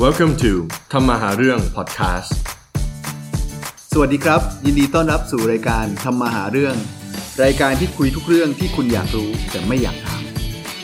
Welcome to ทำมาหาเรื่อง podcast สวัสดีครับยินดีต้อนรับสู่รายการทำมาหาเรื่องรายการที่คุยทุกเรื่องที่คุณอยากรู้แต่ไม่อยากถาม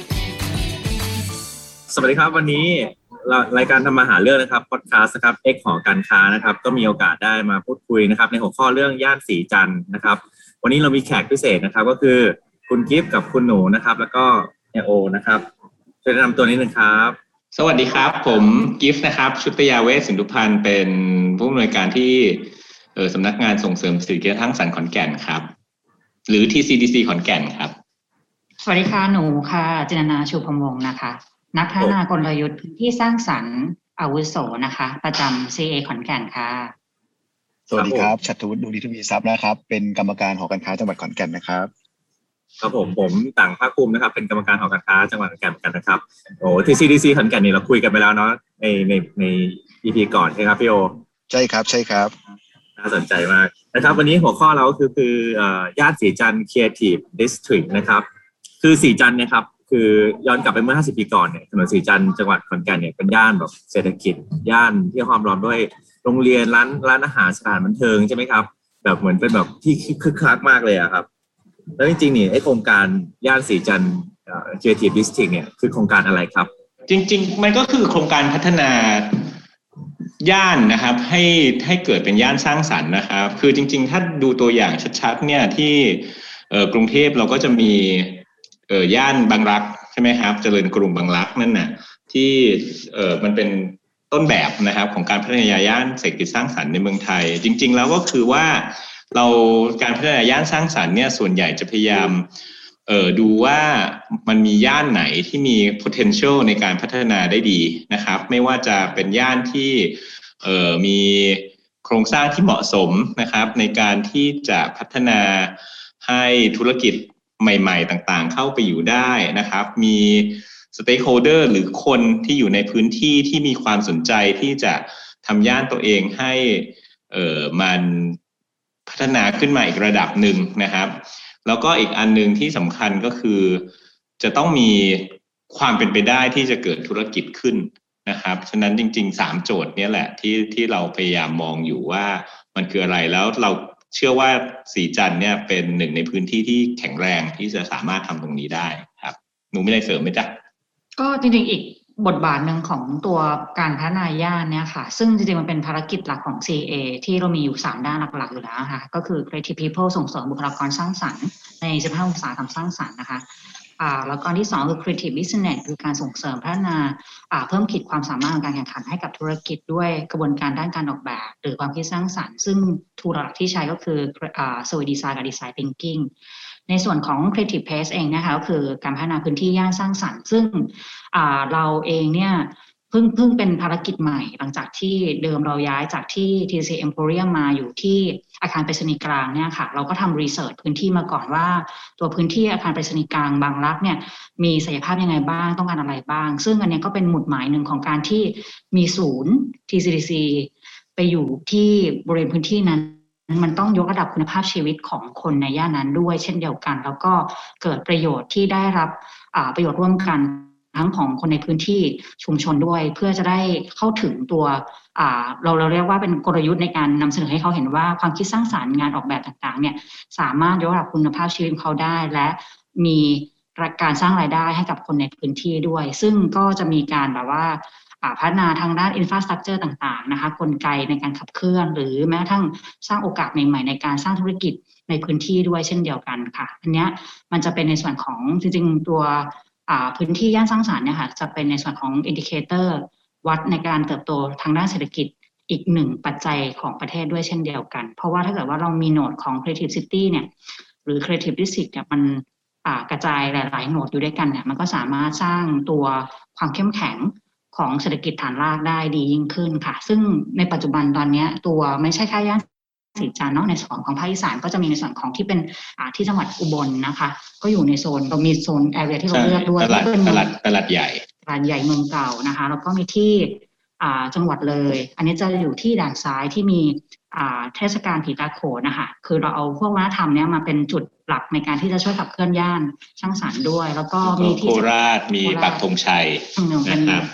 สวัสดีครับวันนี้รายการทำมาหาเรื่องนะครับ podcast นะครับ X หอการค้านะครับก็มีโอกาสได้มาพูดคุยนะครับในหัวข้อเรื่องย่านศรีจันทร์นะครับวันนี้เรามีแขกพิเศษนะครับก็คือคุณกิฟต์กับคุณหนูนะครับแล้วก็โอนะครับช่วยแนะนำตัวนิดนึงครับสวัสดีครับผมกิฟต์นะครับชุติยาเวชสินธุพันธ์เป็นผู้อำนวยการที่สำนักงานส่งเสริมเศรษฐกิจและสร้างสรรค์ขอนแก่นครับหรือ TCDC ขอนแก่นครับสวัสดีค่ะหนูค่ะจินนาชูพรหมวงศ์นะคะนักพัฒนากลยุทธ์พื้นที่สร้างสรรค์อาวุโสนะคะประจำ CA ขอนแก่นค่ะสวัสดีครับชัตรวุฒิ ดูดีทวีทรัพย์นะครับเป็นกรรมการหอการค้าจังหวัดขอนแก่นนะครับครับผมต่างภาคภูมินะครับเป็นกรรมการหอการค้าจังหวัดขอนแก่นกันนะครับโอ้ TCDC ขอนแก่นนี่เราคุยกันไปแล้วเนาะใน EP ก่อนใช่ครับพี่โอใช่ครับน่าสนใจมากนะครับวันนี้หัวข้อเราคือย่านศรีจันทร์ Creative District นะครับคือศรีจันทร์เนี่ยครับคือย้อนกลับไปเมื่อ50 ปีก่อนเนี่ยถนนศรีจันทร์จังหวัดขอนแก่นเนี่ยเป็นย่านแบบเศรษฐกิจย่านที่ความร้อนด้วยโรงเรียนร้านอาหารสถานบันเทิงใช่ไหมครับแบบเหมือนเป็นแบบที่คึกคักมากเลยอะครับแล้วจริงๆนี่ไอ้โครงการย่านศรีจันทร์Creative District เนี่ยคือโครงการอะไรครับจริงๆมันก็คือโครงการพัฒนาย่านนะครับให้เกิดเป็นย่านสร้างสรรค์นะครับคือจริงๆถ้าดูตัวอย่างชัดๆเนี่ยที่กรุงเทพเราก็จะมีย่านบางรักใช่ไหมครับเจริญกรุงบางรักนั่นน่ะที่มันเป็นต้นแบบนะครับของการพัฒนาย่านเศรษฐกิจสร้างสรรค์ในเมืองไทยจริงๆแล้วก็คือว่าการพัฒนาย่านสร้างสรรค์เนี่ยส่วนใหญ่จะพยายามดูว่ามันมีย่านไหนที่มี potential ในการพัฒนาได้ดีนะครับไม่ว่าจะเป็นย่านที่มีโครงสร้างที่เหมาะสมนะครับในการที่จะพัฒนาให้ธุรกิจใหม่ๆต่างๆเข้าไปอยู่ได้นะครับมี stakeholder หรือคนที่อยู่ในพื้นที่ที่มีความสนใจที่จะทำย่านตัวเองให้มันพัฒนาขึ้นมาอีกระดับหนึ่งนะครับแล้วก็อีกอันนึงที่สำคัญก็คือจะต้องมีความเป็นไปได้ที่จะเกิดธุรกิจขึ้นนะครับฉะนั้นจริงๆ3โจทย์นี้แหละที่เราพยายามมองอยู่ว่ามันคืออะไรแล้วเราเชื่อว่าศรีจันทร์เนี่ยเป็นหนึ่งในพื้นที่ที่แข็งแรงที่จะสามารถทำตรงนี้ได้ครับหนูไม่ได้เสริมไหมจ๊ะก็จริงๆอีกบทบาทหนึ่งของตัวการพัฒนาย่านเนี่ยค่ะซึ่งจริงๆมันเป็นภารกิจหลักของ CA ที่เรามีอยู่3ด้านหลักๆอยู่แล้วค่ะก็คือ Creative People ส่งเสริมบุคลากรสร้างสรรค์ใน15อุตสาหกรรมสร้างสรรค์นะคะแล้วก็ที่2คือ Creative Business คือการส่งเสริมพัฒนาเพิ่มขีดความสามารถในการแข่งขันให้กับธุรกิจด้วยกระบวนการด้านการออกแบบหรือความคิดสร้างสรรค์ซึ่งทูลหลักที่ใช้ก็คือ Service Design กับ Design Thinkingในส่วนของ Creative Place เองนะคะก็คือการพัฒนาพื้นที่ย่านสร้างสรรค์ซึ่งเราเองเนี่ยเพิ่งเป็นภารกิจใหม่หลังจากที่เดิมเราย้ายจากที่ TCC Emporium มาอยู่ที่อาคารไปรษณีย์กลางเนี่ยค่ะเราก็ทำรีเสิร์ชพื้นที่มาก่อนว่าตัวพื้นที่อาคารไปรษณีย์กลางบางรักเนี่ยมีศักยภาพยังไงบ้างต้องการอะไรบ้างซึ่งอันนี้ก็เป็นหมุดหมายหนึ่งของการที่มีศูนย์ TCDC ไปอยู่ที่บริเวณพื้นที่นั้นมันต้องยกระดับคุณภาพชีวิตของคนในย่านนั้นด้วยเช่นเดียวกันแล้วก็เกิดประโยชน์ที่ได้รับประโยชน์ร่วมกันทั้งของคนในพื้นที่ชุมชนด้วยเพื่อจะได้เข้าถึงตัวเราเรียกว่าเป็นกลยุทธ์ในการนำเสนอให้เขาเห็นว่าความคิดสร้างสรรค์งานออกแบบต่างๆเนี่ยสามารถยกระดับคุณภาพชีวิตเขาได้และมีการสร้างรายได้ให้กับคนในพื้นที่ด้วยซึ่งก็จะมีการแบบว่าพัฒนาทางด้านอินฟราสตรัคเจอร์ต่างๆนะคะกลไกในการขับเคลื่อนหรือแม้กระทั่งสร้างโอกาสใหม่ๆในการสร้างธุรกิจในพื้นที่ด้วยเช่นเดียวกันค่ะอันนี้มันจะเป็นในส่วนของจริงๆตัวพื้นที่ย่านสร้างสรรค์เนี่ยค่ะจะเป็นในส่วนของอินดิเคเตอร์วัดในการเติบโตทางด้านเศรษฐกิจอีกหนึ่งปัจจัยของประเทศด้วยเช่นเดียวกันเพราะว่าถ้าเกิดว่าเรามีโหนดของ Creative City เนี่ยหรือ Creative District เนี่ยมันกระจายหลายๆโหนดอยู่ด้วยกันเนี่ยมันก็สามารถสร้างตัวความเข้มแข็งของเศรษฐกิจฐานรากได้ดียิ่งขึ้นค่ะซึ่งในปัจจุบันตอนนี้ตัวไม่ใช่แค่ย่านศรีจันทร์เนาะในส่วนของภาคอีสานก็จะมีในส่วนของที่เป็นที่จังหวัดอุบลนะคะก็อยู่ในโซนเรามีโซนแอเรียที่เราเลือกด้วยเป็นตลาดใหญ่เมืองเก่านะคะแล้วก็มีที่จังหวัดเลยอันนี้จะอยู่ที่ด่านซ้ายที่มีเทศกาลผีตาโขนนะคะคือเราเอาพวกวัฒนธรรมเนี้ยมาเป็นจุดหลักในการที่จะช่วยขับเคลื่อนย่านสร้างสรรค์ด้วยแล้วก็มีที่โคราชมีปักธงชัยนะครับ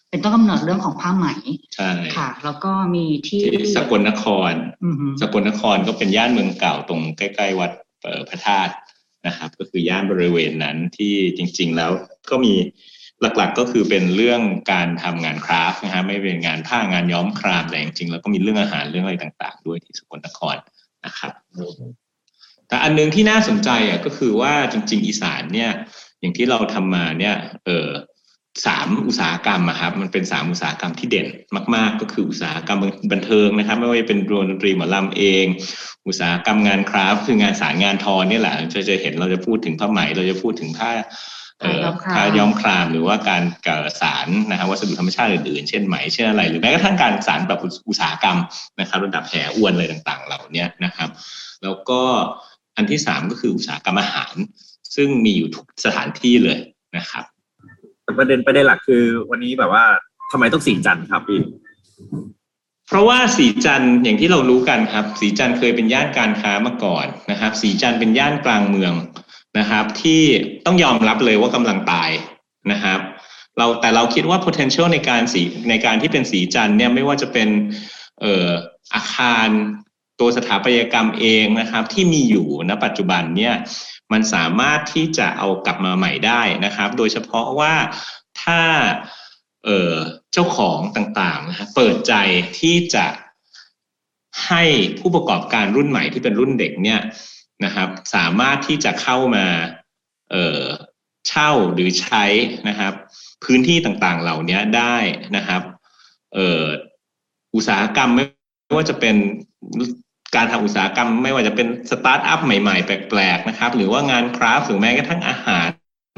เป็นต้นกำเนิดเรื่องของผ้าไหมใช่ค่ะแล้วก็มีที่สกลนครสกลนครก็เป็นย่านเมืองเก่าตรงใกล้ๆวัดพระธาตุนะครับก็คือย่านบริเวณนั้นที่จริงๆแล้วก็มีหลักๆก็คือเป็นเรื่องการทำงานคราฟต์นะฮะไม่เป็นงานผ้างานย้อมครามแต่จริงๆแล้วก็มีเรื่องอาหารเรื่องอะไรต่างๆด้วยที่สกลนครนะครับแต่อันนึงที่น่าสนใจก็คือว่าจริงๆอีสานเนี่ยอย่างที่เราทำมาเนี่ย3อุตสาหกรรมครับมันเป็น3อุตสาหกรรมที่เด่นมากๆก็คืออุตสาหกรรมบันเทิงนะครับไม่ว่าจะเป็นดนตรีหมอลำเองอุตสาหกรรมงานคราฟต์คืองานสารงานทอนี่แหละจะเห็นเราจะพูดถึงผ้าไหมเราจะพูดถึงผ้าย้อมครามหรือว่าการสารนะครับวัสดุธรรมชาติอื่นๆเช่นไหมเช่นอะไรหรือแม้กระทั่งการสารแบบอุตสาหกรรมนะครับระดับแห่อ้วนอะไรต่างๆเหล่านี้นะครับแล้วก็อันที่3ก็คืออุตสาหกรรมอาหารซึ่งมีอยู่ทุกสถานที่เลยนะครับประเด็นหลักคือวันนี้แบบว่าทำไมต้องสีจันทร์ครับพี่เพราะว่าสีจันทร์อย่างที่เรารู้กันครับสีจันทร์เคยเป็นย่านการค้ามาก่อนนะครับสีจันทร์เป็นย่านกลางเมืองนะครับที่ต้องยอมรับเลยว่ากำลังตายนะครับแต่เราคิดว่า potential ในการที่เป็นสีจันทร์เนี่ยไม่ว่าจะเป็นอาคารตัวสถาปัตยกรรมเองนะครับที่มีอยู่ณปัจจุบันเนี่ยมันสามารถที่จะเอากลับมาใหม่ได้นะครับโดยเฉพาะว่าถ้าเจ้าของต่างๆนะเปิดใจที่จะให้ผู้ประกอบการรุ่นใหม่ที่เป็นรุ่นเด็กเนี่ยนะครับสามารถที่จะเข้ามาเช่าหรือใช้นะครับพื้นที่ต่างๆเหล่านี้ได้นะครับอุตสาหกรรมไม่ว่าจะเป็นการทำอุตสาหกรรมไม่ว่าจะเป็นสตาร์ทอัพใหม่ๆแปลกๆนะครับหรือว่างานคราฟต์หรือแม้กระทั่งอาหาร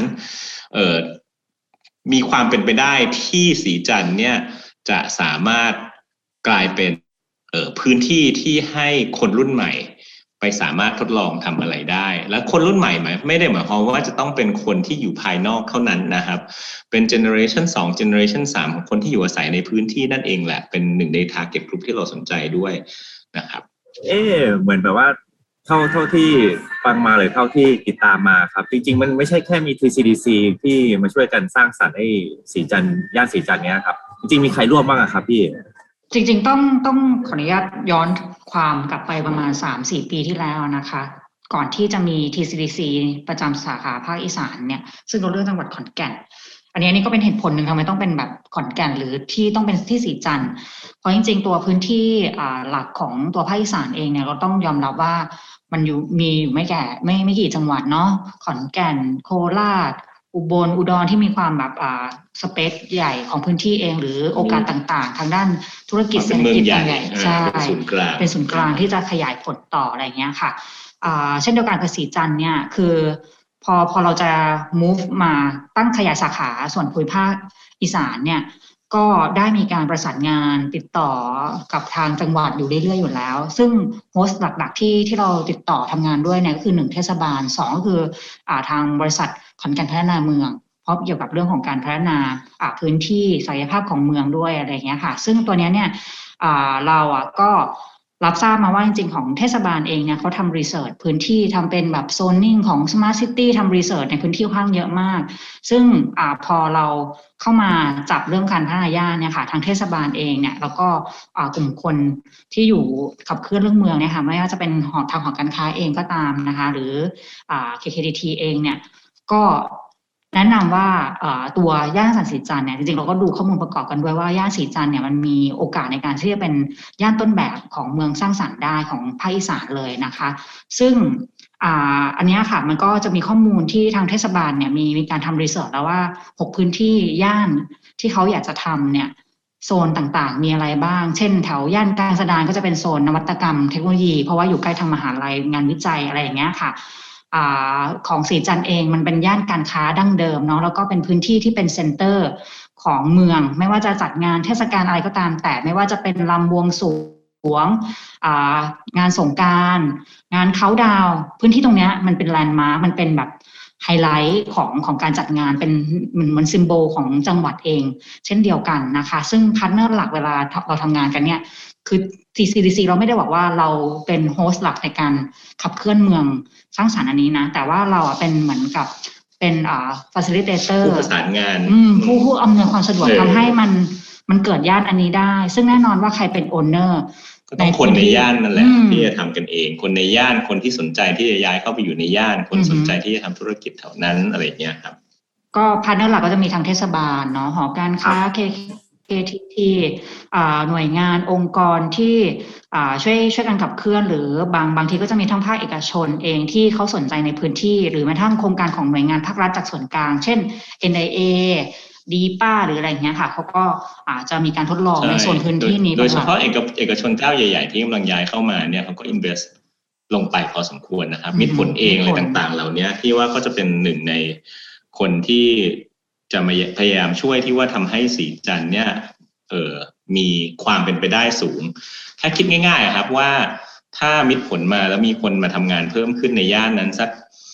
มีความเป็นไปได้ที่สีจันทร์เนี่ยจะสามารถกลายเป็นพื้นที่ที่ให้คนรุ่นใหม่ไปสามารถทดลองทำอะไรได้และคนรุ่นใหม่ไม่ได้หมายความว่าจะต้องเป็นคนที่อยู่ภายนอกเท่านั้นนะครับเป็นเจเนอเรชัน2เจเนอเรชัน3ของคนที่อยู่อาศัยในพื้นที่นั่นเองแหละเป็นหนึ่งใน target group ที่เราสนใจด้วยนะครับเหมือนแบบว่าเท่าที่ฟังมาเลยเท่าที่ติดตามมาครับจริงๆมันไม่ใช่แค่มี TCDC ที่มาช่วยกันสร้างสรรค์ให้สีจันทร์ย่านสีจันทร์เนี้ยครับจริงๆมีใครร่วมบ้างครับพี่จริงๆต้องขออนุญาตย้อนความกลับไปประมาณ 3-4 ปีที่แล้วนะคะก่อนที่จะมี TCDC ประจำสาขาภาคอีสานเนี่ยซึ่งเราเลือกจังหวัดขอนแก่นอันนี้ก็เป็นเหตุผลหนึ่งทำไมต้องเป็นแบบขอนแก่นหรือที่ต้องเป็นที่สีจันทร์เพราะจริงๆตัวพื้นที่หลักของตัวภาคอีสานเองเนี่ยเราต้องยอมรับว่ามันมีอยู่ไม่กี่จังหวัดเนาะขอนแก่นโคราชอุบลอุดรที่มีความแบบสเปซใหญ่ของพื้นที่เองหรือโอกาสต่างๆทางด้านธุรกิจเศรษฐกิจใหญ่ใช่เป็นศูนย์กลางที่จะขยายผลต่ออะไรเงี้ยค่ะเช่นเดียวกันกับสีจันทร์เนี่ยคือพอเราจะ move มาตั้งขยายสาขาส่วนภูมิภาคอีสานเนี่ยก็ได้มีการประสานงานติดต่อกับทางจังหวัดอยู่เรื่อยๆอยู่แล้วซึ่งโฮสต์หลักๆที่เราติดต่อทำงานด้วยเนี่ยก็คือ1เทศบาล2ก็คือทางบริษัทขอนแก่นพัฒนาเมืองเพราะเกี่ยวกับเรื่องของการพัฒนาพื้นที่ศักยภาพของเมืองด้วยอะไรอย่างเงี้ยค่ะซึ่งตัวนี้เนี่ยเราก็รับทราบมาว่าจริงๆของเทศบาลเองเนี่ยเขาทำรีเสิร์ชพื้นที่ทำเป็นแบบโซนนิ่งของ Smart City ทำรีเสิร์ชในพื้นที่ค่อนข้างเยอะมากซึ่งพอเราเข้ามาจับเรื่องการพัฒนาย่านเนี่ยค่ะทางเทศบาลเองเนี่ยแล้วก็กลุ่มคนที่อยู่ขับเคลื่อนเรื่องเมืองเนี่ยค่ะไม่ว่าจะเป็นทางหอการค้าเองก็ตามนะคะหรือ KKDT เองเนี่ยก็แนะนำว่าตัวย่านสันสีจันทร์เนี่ยจริงๆเราก็ดูข้อมูลประกอบกันด้วยว่าย่านสีจันทร์เนี่ยมันมีโอกาสในการที่จะเป็นย่านต้นแบบของเมืองสร้างสรรค์ได้ของภาคอีสานเลยนะคะซึ่งอันนี้ค่ะมันก็จะมีข้อมูลที่ทางเทศบาลเนี่ยมีการทำรีเสิร์ชแล้วว่า6พื้นที่ย่านที่เขาอยากจะทำเนี่ยโซนต่างๆมีอะไรบ้างเช่นแถวย่านกลางสะดานก็จะเป็นโซนนวัตกรรมเทคโนโลยีเพราะว่าอยู่ใกล้ทางมหาลัยงานวิจัยอะไรอย่างเงี้ยค่ะของสีจันทร์เองมันเป็นย่านการค้าดั้งเดิมเนาะแล้วก็เป็นพื้นที่ที่เป็นเซ็นเตอร์ของเมืองไม่ว่าจะจัดงานเทศกาลอะไรก็ตามแต่ไม่ว่าจะเป็นรำบวงสรวงงานสงกรานต์งานเค้าดาวพื้นที่ตรงนี้มันเป็นแลนด์มาร์คมันเป็นแบบไฮไลท์ของการจัดงานเป็นเหมือนซิมโบลของจังหวัดเองเช่นเดียวกันนะคะซึ่งพาร์ทเนอร์หลักเวลาเราทำงานกันเนี่ยคือ TCDC เราไม่ได้บอกว่าเราเป็นโฮสต์หลักในการขับเคลื่อนเมืองสร้างสรรค์อันนี้นะแต่ว่าเราเป็นเหมือนกับเเป็นfacilitator ผู้ประสานงานผู้อำนวยความสะดวกทำให้มันเกิดย่านอันนี้ได้ซึ่งแน่นอนว่าใครเป็น owner ก็ต้องคนในย่านนั่นแหละที่จะทำกันเองคนในย่านคนที่สนใจที่จะย้ายเข้าไปอยู่ในย่านคนสนใจที่จะทำธุรกิจแถวนั้นอะไรเงี้ยครับก็พาร์ทเนอร์หลักก็จะมีทางเทศบาลเนาะหอการค้า KTT หน่วยงานองค์กรที่ช่วยกันขับเคลื่อนหรือบางทีก็จะมีทั้งภาคเอกชนเองที่เขาสนใจในพื้นที่หรือแม้กระทั่งโครงการของหน่วยงานภาครัฐจากส่วนกลางเช่น NIA DPA หรืออะไรเงี้ยค่ะเขาก็อาจจะมีการทดลองในส่วนพื้นที่นี้โดยเฉพาะเอกชนเจ้าใหญ่ๆที่กำลังย้ายเข้ามาเนี่ยเขาก็ invest ลงไปพอสมควรนะครับมีผลเองอะไรต่างๆเหล่านี้ที่ว่าก็จะเป็นหนึ่งในคนที่จะมาพยายามช่วยที่ว่าทำให้สีจันทร์เนี่ยมีความเป็นไปได้สูงแค่คิดง่ายๆครับว่าถ้ามิตรผลมาแล้วมีคนมาทำงานเพิ่มขึ้นในย่านนั้นสัก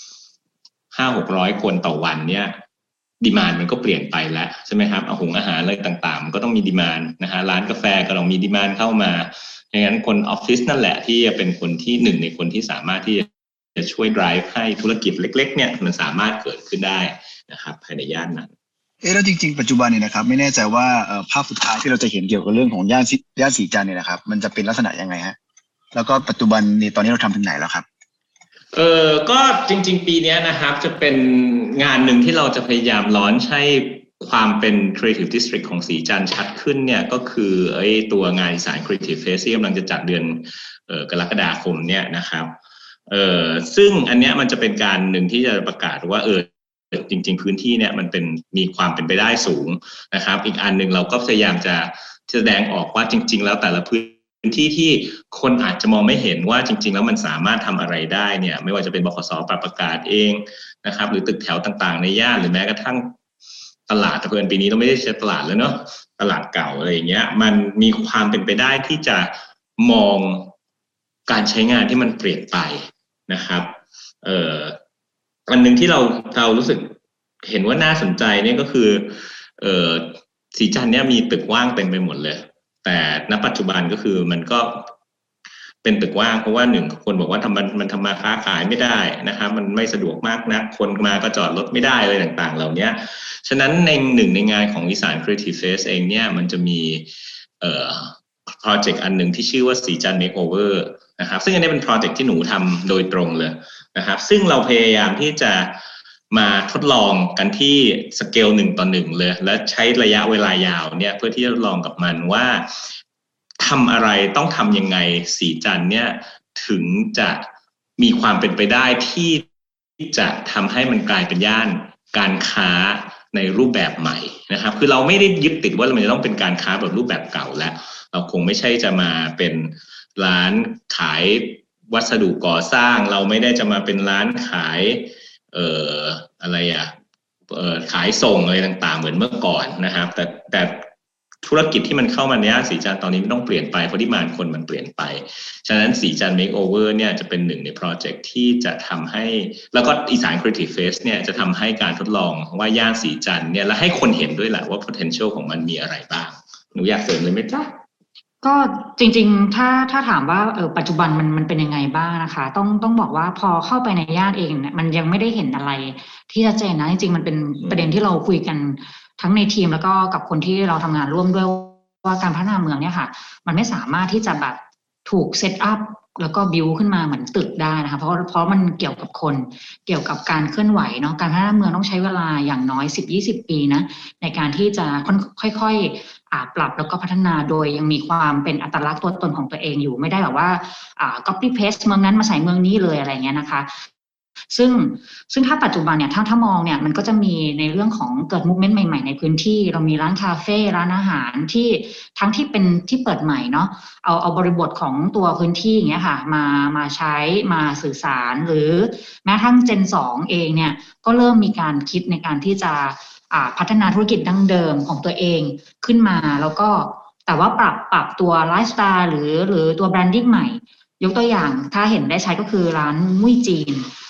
500-600 คนต่อวันเนี่ยดีมานด์มันก็เปลี่ยนไปแล้วใช่ไหมครับอาหารอะไรต่างๆมันก็ต้องมีดีมานด์นะฮะร้านกาแฟก็ต้องมีดีมานด์เข้ามาอย่างนั้นคนออฟฟิศนั่นแหละที่จะเป็นคนที่หนึ่งในคนที่สามารถที่จะช่วย drive ให้ธุรกิจเล็กๆเนี่ยมันสามารถเกิดขึ้นได้นะครับภายในย่านนั้นแล้วจริงๆปัจจุบันเนี่ยนะครับไม่แน่ใจว่าภาพสุดท้ายที่เราจะเห็นเกี่ยวกับเรื่องของย่านสีจันทร์เนี่ยนะครับมันจะเป็นลักษณะยังไงฮะแล้วก็ปัจจุบันนี้ตอนนี้เราทำถึงไหนแล้วครับก็จริงๆปีนี้นะครับจะเป็นงานหนึ่งที่เราจะพยายามลอนให้ความเป็น Creative District ของสีจันทร์ชัดขึ้นเนี่ยก็คือตัวงานอีสาน Creative Fest ที่กำลังจะจัดเดือนกรกฎาคมเนี่ยนะครับซึ่งอันเนี้ยมันจะเป็นการหนึ่งที่จะประกาศว่าจริงๆพื้นที่เนี่ยมันมีความเป็นไปได้สูงนะครับอีกอันหนึ่งเราก็พยายามจะแสดงออกว่าจริงๆแล้วแต่ละพื้นที่ที่คนอาจจะมองไม่เห็นว่าจริงๆแล้วมันสามารถทำอะไรได้เนี่ยไม่ว่าจะเป็นบขส.ประกาศเองนะครับหรือตึกแถวต่างๆในย่านหรือแม้กระทั่งตลาดเพิ่นปีนี้เราไม่ได้ใช้ตลาดแล้วเนาะตลาดเก่าอะไรอย่างเงี้ยมันมีความเป็นไปได้ที่จะมองการใช้งานที่มันเปลี่ยนไปนะครับอันหนึ่งที่เรารู้สึกเห็นว่าน่าสนใจเนี่ยก็คือสีจันทร์เนี่ยมีตึกว่างเต็มไปหมดเลยแต่ณปัจจุบันก็คือมันก็เป็นตึกว่างเพราะว่าหนึ่งคนบอกว่ามันทำมาค้าขายไม่ได้นะครับมันไม่สะดวกมากนักคนมาก็จอดรถไม่ได้อะไรต่างๆเหล่านี้ฉะนั้นในหนึ่งในงานของอีสาน Creative Fest เองเนี่ยมันจะมีโปรเจกต์อันหนึ่งที่ชื่อว่าสีจันทร์ Makeover นะครับซึ่งอันนี้เป็นโปรเจกต์ที่หนูทำโดยตรงเลยนะครับซึ่งเราพยายามที่จะมาทดลองกันที่สเกล1 ต่อ 1เลยและใช้ระยะเวลายาวเนี่ยเพื่อที่จะทดลองกับมันว่าทำอะไรต้องทำยังไงสีจันทร์เนี่ยถึงจะมีความเป็นไปได้ที่จะทำให้มันกลายเป็นย่านการค้าในรูปแบบใหม่นะครับคือเราไม่ได้ยึดติดว่ามันจะต้องเป็นการค้าแบบรูปแบบเก่าแล้วเราคงไม่ใช่จะมาเป็นร้านขายวัสดุก่อสร้างเราไม่ได้จะมาเป็นร้านขายอะไรขายส่งอะไรต่างๆเหมือนเมื่อก่อนนะครับแต่ธุรกิจที่มันเข้ามาในย่านสีจันทร์ตอนนี้ไม่ต้องเปลี่ยนไปเพราะที่มาคนมันเปลี่ยนไปฉะนั้นสีจันทร์ Makeover เนี่ยจะเป็นหนึ่งในโปรเจกต์ที่จะทำให้แล้วก็อีสาน Creative Fest เนี่ยจะทำให้การทดลองว่าย่านสีจันทร์เนี่ยและให้คนเห็นด้วยแหละว่า potential ของมันมีอะไรบ้างหนูอยากเสริมเลยไหมจ๊ะก็จริงๆถ้าถามว่าปัจจุบันมันเป็นยังไงบ้างนะคะต้องบอกว่าพอเข้าไปในย่านเองเนี่ยมันยังไม่ได้เห็นอะไรที่ชัดเจนนะจริงๆมันเป็นประเด็นที่เราคุยกันทั้งในทีมแล้วก็กับคนที่เราทำงานร่วมด้วยว่าการพัฒนาเมืองเนี่ยค่ะมันไม่สามารถที่จะแบบถูกเซตอัพแล้วก็บิวขึ้นมาเหมือนตึกได้นะคะเพราะมันเกี่ยวกับคนเกี่ยวกับการเคลื่อนไหวเนาะการพัฒนาเมืองต้องใช้เวลาอย่างน้อย 10-20 ปีนะในการที่จะค่อยๆปรับแล้วก็พัฒนาโดยยังมีความเป็นอัตลักษณ์ตัวตนของตัวเองอยู่ไม่ได้แบบว่าcopy paste เมืองนั้นมาใส่เมืองนี้เลยอะไรเงี้ยนะคะซึ่งถ้าปัจจุบันเนี่ยถ้ามองเนี่ยมันก็จะมีในเรื่องของเกิดมูฟเมนต์ใหม่ๆในพื้นที่เรามีร้านคาเฟ่ร้านอาหารที่ทั้งที่เป็นที่เปิดใหม่เนาะเอาบริบทของตัวพื้นที่อย่างเงี้ยค่ะมาใช้มาสื่อสารหรือแม้ทั้ง Gen 2 เองเนี่ยก็เริ่มมีการคิดในการที่จะพัฒนาธุรกิจดั้งเดิมของตัวเองขึ้นมาแล้วก็แต่ว่าปรับตัวไลฟ์สไตล์หรือตัวแบรนดิ้งใหม่ยกตัวอย่างถ้าเห็นได้ใช้ก็คือร้านมุ้ยจีน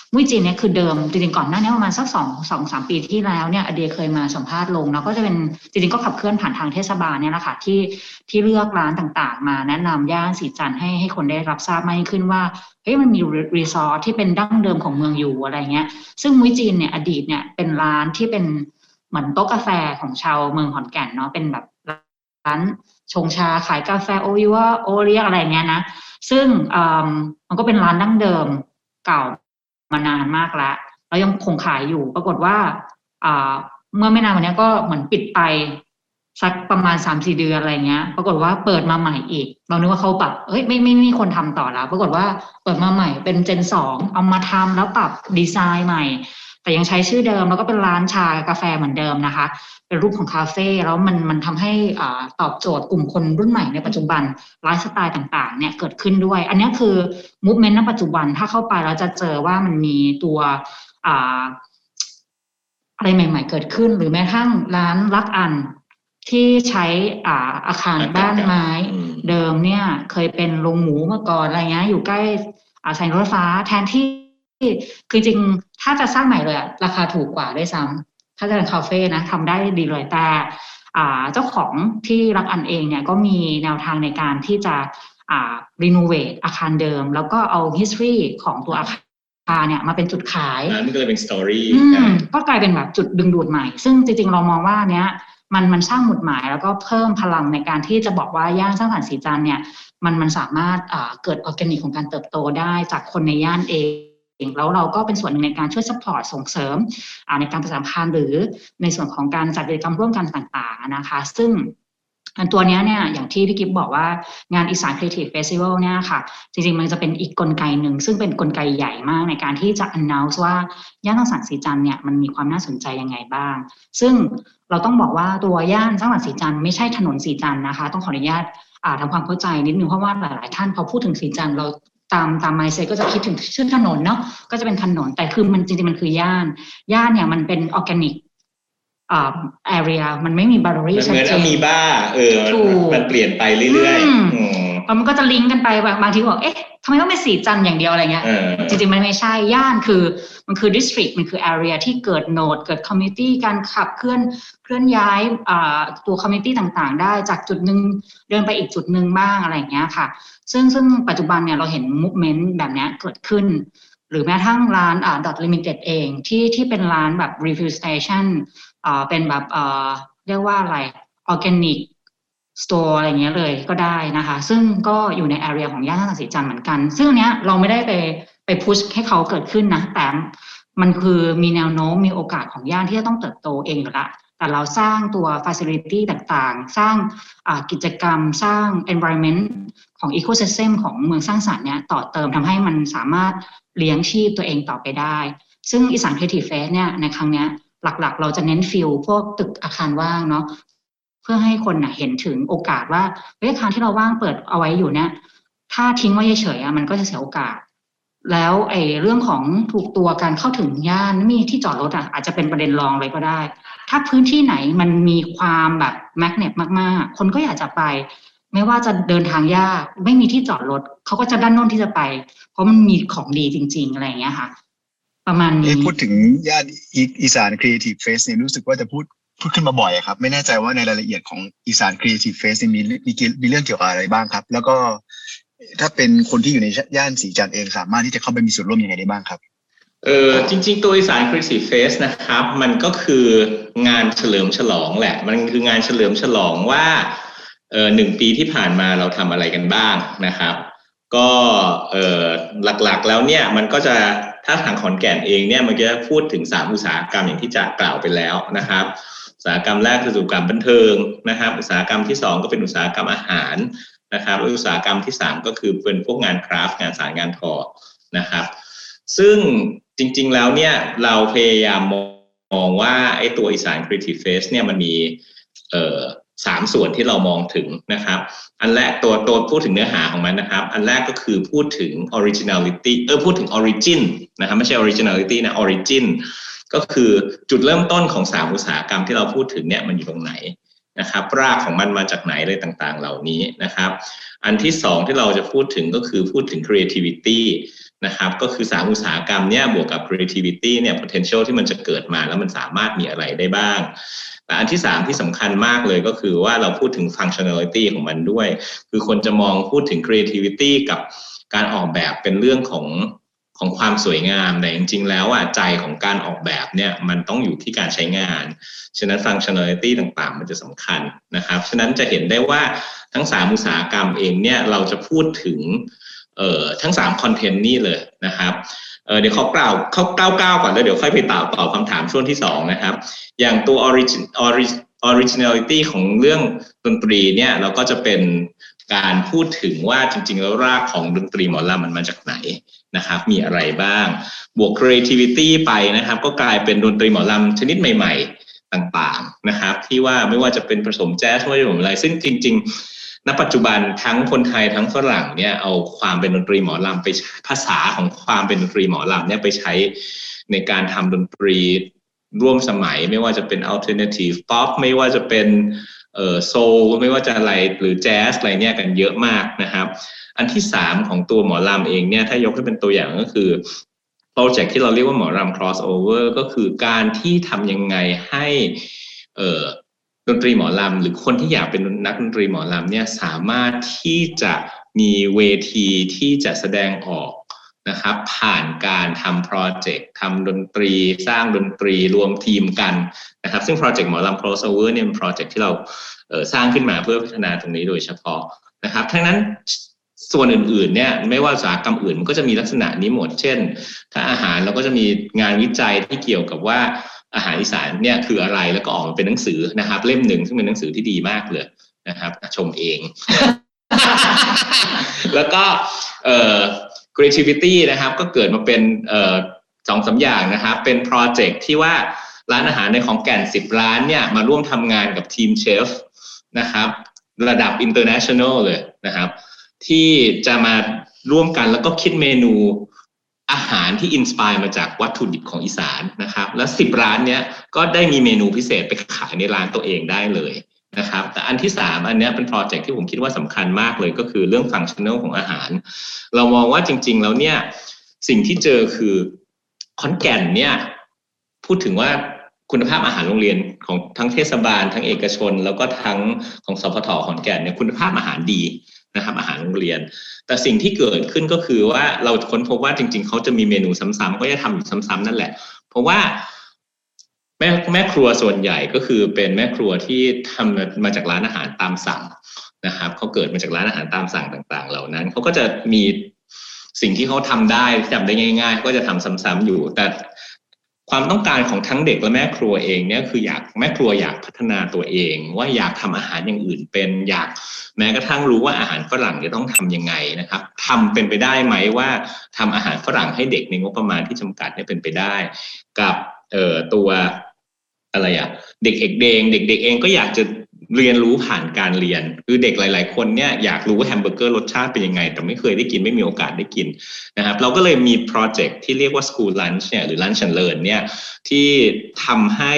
มุ้ยจีนเนี่ยคือเดิมจริงๆก่อนหน้านี้ประมาณสัก2-3 ปีที่แล้วเนี่ยอเดียเคยมาสัมภาษณ์ลงเนาะก็จะเป็นจริงๆก็ขับเคลื่อนผ่านทางเทศบาลเนี่ยแหละค่ะที่เลือกร้านต่างๆมาแนะนำย่านสีจันทร์ให้คนได้รับทราบมากขึ้นว่าเฮ้ยมันมีรีสอร์ทที่เป็นดั้งเดิมของเมืองอยู่อะไรเงี้ยซึ่งมุ้ยจีนเนี่ยอดีตเนี่ยเป็นร้านที่เป็นเหมือนโต๊ะกาแฟของชาวเมืองขอนแก่นเนาะเป็นแบบร้านชงชาขายกาแฟโอวิวโอเรียอะไรเงี้ยนะซึ่งมันก็เป็นร้านดั้งเดิมเก่ามานานมากแล้วยังคงขายอยู่ปรากฏว่าเมื่อไม่นานวันนี้ก็เหมือนปิดไปสักประมาณ 3-4 เดือนอะไรเงี้ยปรากฏว่าเปิดมาใหม่อีกเรานึกว่าเขาปรับไม่มีคนทำต่อแล้วปรากฏว่าเปิดมาใหม่เป็นGen 2เอามาทำแล้วปรับดีไซน์ใหม่แต่ยังใช้ชื่อเดิมแล้วก็เป็นร้านชากาแฟเหมือนเดิมนะคะเป็นรูปของคาเฟ่แล้วมันทำให้ตอบโจทย์กลุ่มคนรุ่นใหม่ในปัจจุบันไลฟ์สไตล์ต่างๆเนี่ยเกิดขึ้นด้วยอันนี้คือมูฟเมนต์ณปัจจุบันถ้าเข้าไปแล้วจะเจอว่ามันมีตัวอะไรใหม่ๆเกิดขึ้นหรือแม้กระทั่งร้านรักอันที่ใช้อาคารบ้านไม้เดิมเนี่ยเคยเป็นโรงหมูเมื่อก่อนอะไรเงี้ยอยู่ใกล้สถานีรถไฟฟ้าแทนที่คือจริงถ้าจะสร้างใหม่เลยราคาถูกกว่าด้วยซ้ำถ้าจะเป็นคาเฟ่นะทำได้ดีเลยแต่เจ้าของที่รักอันเองเนี่ยก็มีแนวทางในการที่จะรีโนเวทอาคารเดิมแล้วก็เอา history ของตัวอาคารเนี่ยมาเป็นจุดขายมันก็เลยเป็นสตอรี่ก็กลายเป็นแบบจุดดึงดูดใหม่ซึ่งจริงๆเรามองว่าเนี้ยมันสร้างหมุดหมายแล้วก็เพิ่มพลังในการที่จะบอกว่าย่านสร้างสรรค์สีจันทร์เนี่ยมันสามารถเกิดออร์แกนิกของการเติบโตได้จากคนในย่านเองแล้วเราก็เป็นส่วนหนึ่งในการช่วยซัพพอร์ตส่งเสริมในการประชาสัมพันธ์หรือในส่วนของการจัดกิจกรรมร่วมกันต่างๆนะคะซึ่งตัวนี้เนี่ยอย่างที่พี่กิฟบอกว่างานอีสาน Creative Festival เนี่ยค่ะจริงๆมันจะเป็นอีกกลไกหนึ่งซึ่งเป็นกลไกใหญ่มากในการที่จะ announce ว่าย่านสร้างสรรค์สีจันทร์เนี่ยมันมีความน่าสนใจยังไงบ้างซึ่งเราต้องบอกว่าตัวย่านสร้างสรรค์สีจันทร์ไม่ใช่ถนนสีจันทร์นะคะต้องขออนุญาตทำความเข้าใจนิดนึงเพราะว่าหลายๆท่านพอพูดถึงสีจันทร์เราตาม mindset ก็จะคิดถึงชื่อถนนเนาะก็จะเป็นถนนแต่คือมันจริงๆมันคือย่านเนี่ยมันเป็นออร์แกนิกarea มันไม่มี boundary ชัดเจนเหมือนอะมีบ้ามันเปลี่ยนไปเรื่อยๆมันก็จะลิงก์กันไปบางทีบอกทำไมต้องเป็นสีจันทร์อย่างเดียวอะไรเงี้ยจริงๆมันไม่ใช่ย่านมันคือ district มันคือ area ที่เกิด node เกิด community การขับเคลื่อนย้ายตัว community ต่างๆได้จากจุดนึงเดินไปอีกจุดนึงบ้างอะไรเงี้ยค่ะซึ่งปัจจุบันเนี่ยเราเห็น movement แบบนี้เกิดขึ้นหรือแม้ทั้งร้านdot limited เองที่เป็นร้านแบบ refill stationเป็นแบบเรียกว่าอะไร organic store อะไรเงี้ยเลยก็ได้นะคะซึ่งก็อยู่ใน area ของย่านสร้างสรรค์สีจันทร์เหมือนกันซึ่งอันเนี้ยเราไม่ได้ไปพุชให้เขาเกิดขึ้นนะแต่มันคือมีแนวโน้มมีโอกาสของย่านที่จะต้องเติบโตเองอยู่ละแต่เราสร้างตัว facility ต่างๆสร้างกิจกรรมสร้าง environment ของ ecosystem ของเมืองสร้างสรรค์เนี้ยต่อเติมทำให้มันสามารถเลี้ยงชีพตัวเองต่อไปได้ซึ่งอีสาน Creative Fest เนี่ยในครั้งเนี้ยหลักๆเราจะเน้นฟิลพวกตึกอาคารว่างเนาะเพื่อให้คนเห็นถึงโอกาสว่าอาคารที่เราว่างเปิดเอาไว้อยู่เนี่ยถ้าทิ้งไว้เฉยๆมันก็จะเสียโอกาสแล้วเรื่องของถูกตัวการเข้าถึงย่านมีที่จอดรถอาจจะเป็นประเด็นรองเลยก็ได้ถ้าพื้นที่ไหนมันมีความแบบแมกเนตมากๆคนก็อยากจะไปไม่ว่าจะเดินทางยากไม่มีที่จอดรถเขาก็จะด้านโน้นที่จะไปเพราะมันมีของดีจริงๆอะไรอย่างเงี้ยค่ะประมาณนี้พูดถึงย่านอีสาน Creative Fest เนี่ยรู้สึกว่าจะพูดขึ้นมาบ่อยครับไม่แน่ใจว่าในรายละเอียดของอีสาน Creative Fest มีเรื่องเกี่ยวกับอะไรบ้างครับแล้วก็ถ้าเป็นคนที่อยู่ในย่านสีจันทร์เองสามารถที่จะเข้าไปมีส่วนร่วมยังไงได้บ้างครับจริงๆตัวอีสาน Creative Fest นะครับมันก็คืองานเฉลิมฉลองแหละมันคืองานเฉลิมฉลองว่า1 ปีที่ผ่านมาเราทำอะไรกันบ้างนะครับก็หลักๆแล้วเนี่ยมันก็จะถ้าทางขอนแก่นเองเนี่ยมันจะพูดถึง3อุตสาหกรรมอย่างที่จะกล่าวไปแล้วนะครับอุตสาหกรรมแรกคืออุตสาหกรรมบันเทิงนะครับอุตสาหกรรมที่2ก็เป็นอุตสาหกรรมอาหารนะครับและอุตสาหกรรมที่3ก็คือเป็นพวกงานคราฟต์งานสานงานทอนะครับซึ่งจริงๆแล้วเนี่ยเราพยายามมองว่าไอ้ตัวอีสาน Creative Fest เนี่ยมันมี3 ส่วนที่เรามองถึงนะครับอันแรกตัวพูดถึงเนื้อหาของมันนะครับอันแรกก็คือพูดถึง originality พูดถึง origin นะครับไม่ใช่ originality นะ origin ก็คือจุดเริ่มต้นของ3อุตสาหกรรมที่เราพูดถึงเนี่ยมันอยู่ตรงไหนนะครับรากของมันมาจากไหนอะไรต่างๆเหล่านี้นะครับอันที่2ที่เราจะพูดถึงก็คือพูดถึง creativity นะครับก็คือ3อุตสาหกรรมเนี่ยบวกกับ creativity เนี่ย potential ที่มันจะเกิดมาแล้วมันสามารถมีอะไรได้บ้างแต่อันที่3ที่สำคัญมากเลยก็คือว่าเราพูดถึง functionality ของมันด้วยคือคนจะมองพูดถึง creativity กับการออกแบบเป็นเรื่องของความสวยงามแต่จริงๆแล้วใจของการออกแบบเนี่ยมันต้องอยู่ที่การใช้งานฉะนั้น functionality ต่างๆมันจะสำคัญนะครับฉะนั้นจะเห็นได้ว่าทั้ง3อุตสาหกรรมเองเนี่ยเราจะพูดถึงทั้ง3คอนเทนต์นี่เลยนะครับเดี๋ยวเขากล่าวก่อนแล้วเดี๋ยวค่อยไปตอบคำถามช่วงที่2นะครับอย่างตัว originality ของเรื่องดนตรีเนี่ยเราก็จะเป็นการพูดถึงว่าจริงๆแล้วรากของดนตรีหมอลำมันมาจากไหนนะครับมีอะไรบ้างบวก creativity ไปนะครับก็กลายเป็นดนตรีหมอลำชนิดใหม่ๆต่างๆนะครับที่ว่าไม่ว่าจะเป็นผสมแจ๊สไม่ว่าจะเป็นอะไรซึ่งจริงๆณปัจจุบันทั้งคนไทยทั้งฝรั่งเนี่ยเอาความเป็นดนตรีหมอลำไปภาษาของความเป็นดนตรีหมอลำเนี่ยไปใช้ในการทำดนตรีร่วมสมัยไม่ว่าจะเป็น alternative pop ไม่ว่าจะเป็นโซลไม่ว่าจะอะไรหรือแจ๊สอะไรเนี่ยกันเยอะมากนะครับอันที่3ของตัวหมอลำเองเนี่ยถ้ายกให้เป็นตัวอย่างก็คือโปรเจกต์ที่เราเรียกว่าหมอลำ crossover ก็คือการที่ทำยังไงให้ดนตรีหมอลำหรือคนที่อยากเป็นนักดนตรีหมอลำเนี่ยสามารถที่จะมีเวทีที่จะแสดงออกนะครับผ่านการทำโปรเจกต์ทำดนตรีสร้างดนตรีรวมทีมกันนะครับซึ่งโปรเจกต์หมอลำ crossover เนี่ยเป็นโปรเจกต์ที่เราสร้างขึ้นมาเพื่อพัฒนาตรงนี้โดยเฉพาะนะครับทั้งนั้นส่วนอื่นๆเนี่ยไม่ว่าอุตสาหกรรมอื่นมันก็จะมีลักษณะนี้หมดเช่นถ้าอาหารเราก็จะมีงานวิจัยที่เกี่ยวกับว่าอาหารอีสานเนี่ยคืออะไรแล้วก็ออกมาเป็นหนังสือนะครับเล่มหนึ่งซึ่งเป็นหนังสือที่ดีมากเลยนะครับชมเอง แล้วก็creativity นะครับก็เกิดมาเป็น2-3 อย่างนะครับเป็นโปรเจกต์ที่ว่าร้านอาหารในของแก่น10ร้านเนี่ยมาร่วมทำงานกับทีมเชฟนะครับระดับ international เลยนะครับที่จะมาร่วมกันแล้วก็คิดเมนูอาหารที่อินสไปร์มาจากวัตถุดิบของอีสานนะครับแล้ว10ร้านเนี้ยก็ได้มีเมนูพิเศษไปขายในร้านตัวเองได้เลยนะครับแต่อันที่3อันนี้เป็นโปรเจกต์ที่ผมคิดว่าสำคัญมากเลยก็คือเรื่องฟังก์ชันแนลของอาหารเรามองว่าจริงๆแล้วเนี่ยสิ่งที่เจอคือขอนแก่นเนี่ยพูดถึงว่าคุณภาพอาหารโรงเรียนของทั้งเทศบาลทั้งเอกชนแล้วก็ทั้งของสพท.ขอนแก่นเนี่ยคุณภาพอาหารดีนะครับอาหารโรงเรียนแต่สิ่งที่เกิดขึ้นก็คือว่าเราค้นพบว่าจริงๆเขาจะมีเมนูซ้ำๆก็จะทำอยู่ซ้ำๆนั่นแหละเพราะว่าแม่ครัวส่วนใหญ่ก็คือเป็นแม่ครัวที่ทำมาจากร้านอาหารตามสั่งนะครับเขาเกิดมาจากร้านอาหารตามสั่งต่างๆเหล่านั้นเขาก็จะมีสิ่งที่เขาทำได้ง่ายๆก็จะทำซ้ำๆอยู่แต่ความต้องการของทั้งเด็กและแม่ครัวเองเนี่ยคือแม่ครัวอยากพัฒนาตัวเองว่าอยากทำอาหารอย่างอื่นเป็นอยากแม้กระทั่งรู้ว่าอาหารฝรั่งจะต้องทำยังไงนะครับทำเป็นไปได้ไหมว่าทำอาหารฝรั่งให้เด็กในงบประมาณที่จำกัดเนี่ยเป็นไปได้กับตัวอะไรเด็กเองก็อยากจะเรียนรู้ผ่านการเรียนคือเด็กหลายๆคนเนี่ยอยากรู้ว่าแฮมเบอร์เกอร์รสชาติเป็นยังไงแต่ไม่เคยได้กินไม่มีโอกาสได้กินนะครับเราก็เลยมีโปรเจกต์ที่เรียกว่า School Lunch เนี่ยหรือ Lunch and Learn เนี่ยที่ทำให้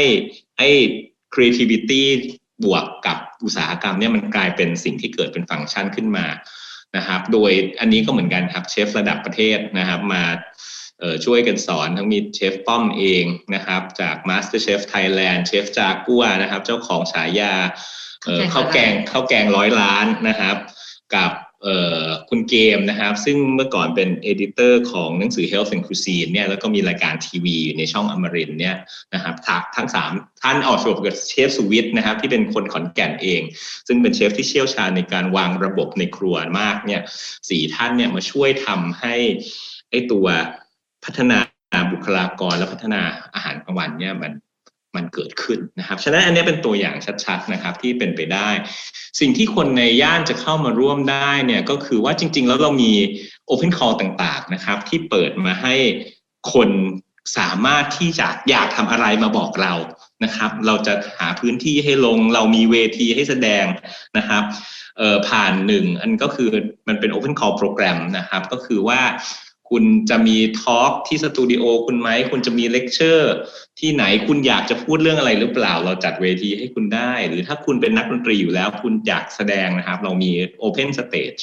creativity บวกกับอุตสาหกรรมเนี่ยมันกลายเป็นสิ่งที่เกิดเป็นฟังก์ชันขึ้นมานะครับโดยอันนี้ก็เหมือนกันครับเชฟระดับประเทศนะครับมาช่วยกันสอนทั้งมีเชฟป้อมเองนะครับจาก MasterChef Thailand เชฟจากัวนะครับเจ้าของฉายาข้าวแกง100 ล้านนะครับกับคุณเกมนะครับซึ่งเมื่อก่อนเป็นเอดิเตอร์ของหนังสือ Health and Cuisine เนี่ยแล้วก็มีรายการทีวีในช่องอมรินทร์เนี่ยนะครับทั้ง3ท่านออกสู่กับเชฟสุวิทย์นะครับที่เป็นคนขอนแก่นเองซึ่งเป็นเชฟที่เชี่ยวชาญในการวางระบบในครัวมากเนี่ย4ท่านเนี่ยมาช่วยทำให้ไอ้ตัวพัฒนาบุคลากรและพัฒนาอาหารกลางวันเนี่ยมันเกิดขึ้นนะครับฉะนั้นอันนี้เป็นตัวอย่างชัดๆนะครับที่เป็นไปได้สิ่งที่คนในย่านจะเข้ามาร่วมได้เนี่ยก็คือว่าจริงๆแล้วเรามี Open Call ต่างๆนะครับที่เปิดมาให้คนสามารถที่จะอยากทำอะไรมาบอกเรานะครับเราจะหาพื้นที่ให้ลงเรามีเวทีให้แสดงนะครับผ่านอันก็คือมันเป็น Open Call Program นะครับก็คือว่าคุณจะมีทอล์กที่สตูดิโอคุณไหมคุณจะมีเลคเชอร์ที่ไหนคุณอยากจะพูดเรื่องอะไรหรือเปล่าเราจัดเวทีให้คุณได้หรือถ้าคุณเป็นนักดนตรีอยู่แล้วคุณอยากแสดงนะครับเรามี Open Stage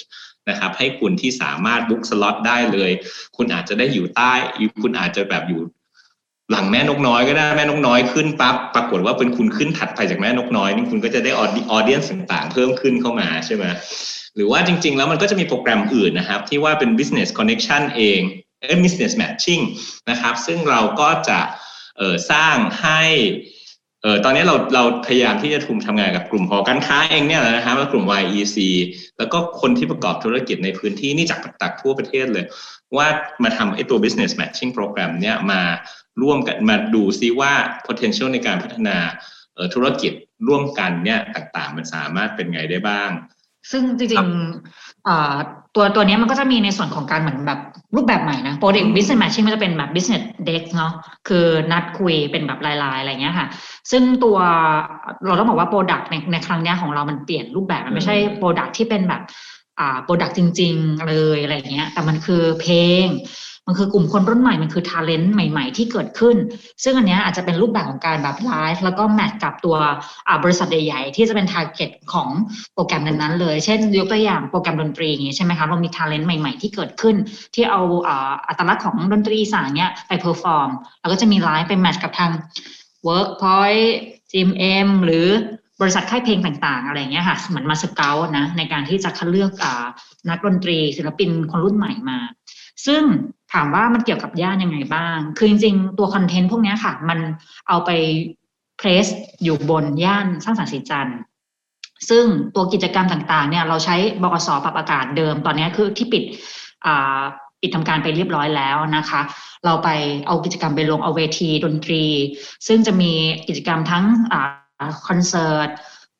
นะครับให้คุณที่สามารถบุ๊กสล็อตได้เลยคุณอาจจะได้อยู่ใต้คุณอาจจะแบบอยู่หลังแม่นกน้อยก็ได้แม่นกน้อยขึ้นปั๊บปรากฏว่าเป็นคุณขึ้นถัดไปจากแม่นกน้อยนี่คุณก็จะได้ออเดียนต่างๆเพิ่มขึ้นเข้ามาใช่ไหมหรือว่าจริงๆแล้วมันก็จะมีโปรแกรมอื่นนะครับที่ว่าเป็น business connection เอง business matching นะครับซึ่งเราก็จะสร้างให้ตอนนี้เราพยายามที่จะทำงานกับกลุ่มหอการค้าเองเนี่ยนะครับและกลุ่ม YEC แล้วก็คนที่ประกอบธุรกิจในพื้นที่นี่จากทั่วประเทศเลยว่ามาทำไอ้ตัว business matching program เนี่ยมาร่วมกันมาดูซิว่า potential ในการพัฒนาธุรกิจร่วมกันเนี่ยต่างๆมันสามารถเป็นไงได้บ้างซึ่งจริงๆตัวนี้มันก็จะมีในส่วนของการเหมือนแบบรูปแบบใหม่นะปกติ business matching มันจะเป็นแบบ business deck เนาะคือนัดคุยเป็นแบบรายๆอะไรเงี้ยค่ะซึ่งตัวเราต้องบอกว่า product ในครั้งนี้ของเรามันเปลี่ยนรูปแบบมันไม่ใช่ product ที่เป็นแบบproduct จริงๆเลยอะไรเงี้ยแต่มันคือเพลงมันคือกลุ่มคนรุ่นใหม่มันคือ talent ใหม่ๆที่เกิดขึ้นซึ่งอันนี้อาจจะเป็นรูปแบบของการแบบไลฟ์แล้วก็แมทกับตัวบริษัทใหญ่ๆที่จะเป็น target ของโปรแกรมนั้นๆเลยเช่นยกตัวอย่างโปรแกรมดนตรีอย่างนี้ใช่ไหมคะเรามี talent ใหม่ๆที่เกิดขึ้นที่เอาอัตลักษณ์ของดนตรีอีสานเนี้ยไป perform แล้วก็จะมีไลฟ์ไปแมทกับทาง Workpoint GMM หรือบริษัทค่ายเพลงต่างๆอะไรอย่างเงี้ยค่ะเหมือนมาสเกาต์นะในการที่จะคัดเลือกนักดนตรีศิลปินคนรุ่นใหม่มาซึ่งถามว่ามันเกี่ยวกับย่านยังไงบ้างคือจริงๆตัวคอนเทนต์พวกนี้ค่ะมันเอาไปเพลสอยู่บนย่านสร้างสรรค์ศรีจันทร์ซึ่งตัวกิจกรรมต่างๆเนี่ยเราใช้บกส.ปรับอากาศเดิมตอนนี้คือที่ปิดทำการไปเรียบร้อยแล้วนะคะเราไปเอากิจกรรมไปลงเอาเวทีดนตรีซึ่งจะมีกิจกรรมทั้งคอนเสิร์ต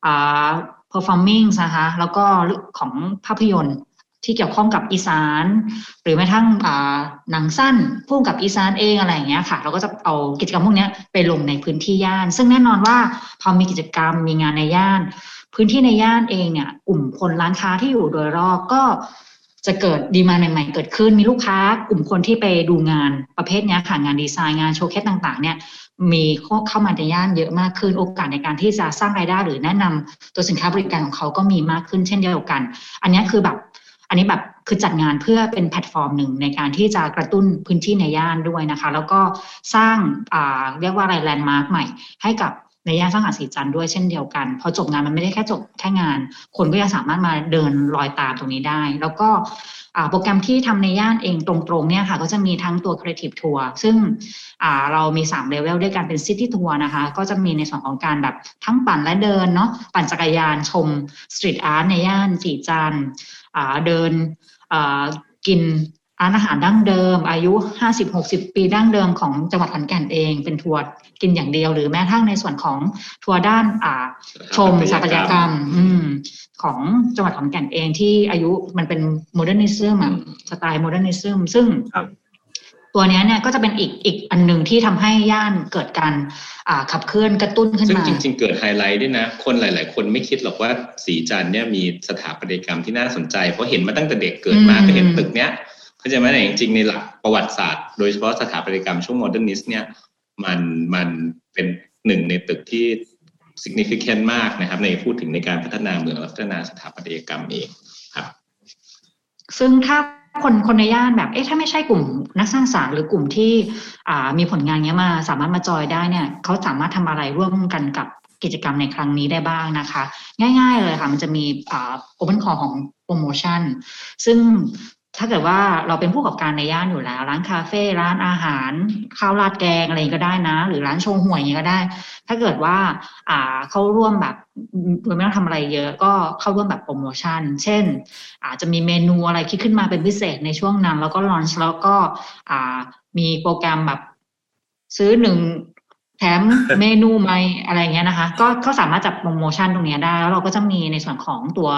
performing นะคะแล้วก็ของภาพยนตร์ที่เกี่ยวข้องกับอีสานหรือแม้ทั้งหนังสั้นพุ่งกับอีสานเองอะไรอย่างเงี้ยค่ะเราก็จะเอากิจกรรมพวกนี้ไปลงในพื้นที่ย่านซึ่งแน่นอนว่าพอมีกิจกรรมมีงานในย่านพื้นที่ในย่านเองเนี่ยกลุ่มคนร้านค้าที่อยู่โดยรอบก็จะเกิดดีมานด์ใหม่ๆเกิดขึ้นมีลูกค้ากลุ่มคนที่ไปดูงานประเภทนี้ค่ะงานดีไซน์งานโชว์เคสต่างๆเนี่ยมีเข้ามาในย่านเยอะมากขึ้นโอกาสในการที่จะสร้างรายได้หรือแนะนำตัวสินค้าบริการของเขาก็มีมากขึ้นเช่นเดียวกันอันนี้คือจัดงานเพื่อเป็นแพลตฟอร์มหนึ่งในการที่จะกระตุ้นพื้นที่ในย่านด้วยนะคะแล้วก็สร้างเรียกว่าอะไรแลนด์มาร์คใหม่ให้กับในย่านสร้างสรรค์ศรีจันทร์ด้วยเช่นเดียวกันพอจบงานมันไม่ได้แค่จบแค่งานคนก็ยังสามารถมาเดินรอยตามตรงนี้ได้แล้วก็โปรแกรมที่ทำในย่านเองตรงๆเนี่ยค่ะก็จะมีทั้งตัว Creative Tour ซึ่งเรามี3เลเวลด้วยกันเป็น City Tour นะคะก็จะมีในส่วนของการแบบทั้งปั่นและเดินเนาะปั่นจักรยานชมสตรีทอาร์ตในย่านศรีจันทร์เดินกินอาหารดั้งเดิมอายุ 50-60 ปีดั้งเดิมของจังหวัดขอนแก่นเองเป็นทัวร์กินอย่างเดียวหรือแม้ทั้งในส่วนของทัวร์ด้านชมสถาปัตยกรรมของจังหวัดขอนแก่นเองที่อายุมันเป็นโมเดิร์นิซึมสไตล์โมเดิร์นิซึมซึ่งตัวนี้เนี่ยก็จะเป็นอีกอันหนึ่งที่ทำให้ย่านเกิดการขับเคลื่อนกระตุ้นขึ้นมาซึ่งจริงๆเกิดไฮไลท์ด้วยนะคนหลายๆคนไม่คิดหรอกว่าศรีจันทร์เนี่ยมีสถาปัตยกรรมที่น่าสนใจเพราะเห็นมาตั้งแต่เด็กเกิดมาก็เห็นตึกเนี้ยเข้าใจไหมเนี่ยจริงๆในหลักประวัติศาสตร์โดยเฉพาะสถาปัตยกรรมช่วงโมเดิร์นิสต์เนี่ยมันเป็นหนึ่งในตึกที่ significant มากนะครับในพูดถึงในการพัฒนาเมืองและพัฒนาสถาปัตยกรรมเองครับซึ่งถ้าคนในย่านแบบถ้าไม่ใช่กลุ่มนักสร้างสรรค์หรือกลุ่มที่มีผลงานเงี้ยมาสามารถมาจอยได้เนี่ยเขาสามารถทำอะไรร่วมกันกับกิจกรรมในครั้งนี้ได้บ้างนะคะง่ายๆเลยค่ะมันจะมีopen call ของโปรโมชั่นซึ่งถ้าเกิดว่าเราเป็นผู้ประกอบการในย่านอยู่แล้วร้านคาเฟ่ร้านอาหารข้าวราดแกงอะไรก็ได้นะหรือร้านโชว์หวยอย่างนี้ก็ได้ถ้าเกิดว่าเข้าร่วมแบบโดยไม่ต้องทำอะไรเยอะก็เข้าร่วมแบบโปรโมชั่นเช่นอาจจะมีเมนูอะไรคิดขึ้นมาเป็นพิเศษในช่วงนั้นแล้วก็ลอนช์แล้วก็มีโปรแกรมแบบซื้อ1แถมเมนูใหม่อะไรเงี้ยนะคะก็เขาสามารถจับโปรโมชั่นตรงนี้ได้แล้วเราก็จะมีในส่วนของตัว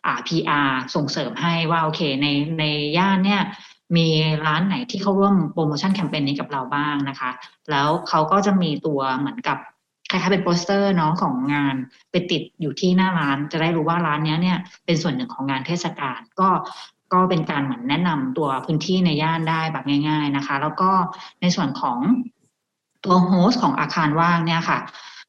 PR ส่งเสริมให้ว่าโอเคในย่านเนี่ยมีร้านไหนที่เข้าร่วมโปรโมชั่นแคมเปญนี้กับเราบ้างนะคะแล้วเขาก็จะมีตัวเหมือนกับคล้ายๆเป็นโปสเตอร์เนาะของงานไปติดอยู่ที่หน้าร้านจะได้รู้ว่าร้านนี้เนี่ยเป็นส่วนหนึ่งของงานเทศกาลก็เป็นการเหมือนแนะนำตัวพื้นที่ในย่านได้แบบง่ายๆนะคะแล้วก็ในส่วนของตัวโฮสต์ของอาคารว่างเนี่ยค่ะ